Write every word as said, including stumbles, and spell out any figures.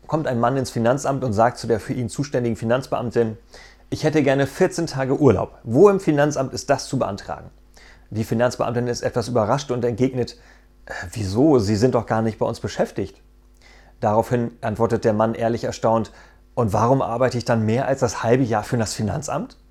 kommt ein Mann ins Finanzamt und sagt zu der für ihn zuständigen Finanzbeamtin: Ich hätte gerne vierzehn Tage Urlaub. Wo im Finanzamt ist das zu beantragen? Die Finanzbeamtin ist etwas überrascht und entgegnet: äh, Wieso? Sie sind doch gar nicht bei uns beschäftigt. Daraufhin antwortet der Mann ehrlich erstaunt: Und warum arbeite ich dann mehr als das halbe Jahr für das Finanzamt?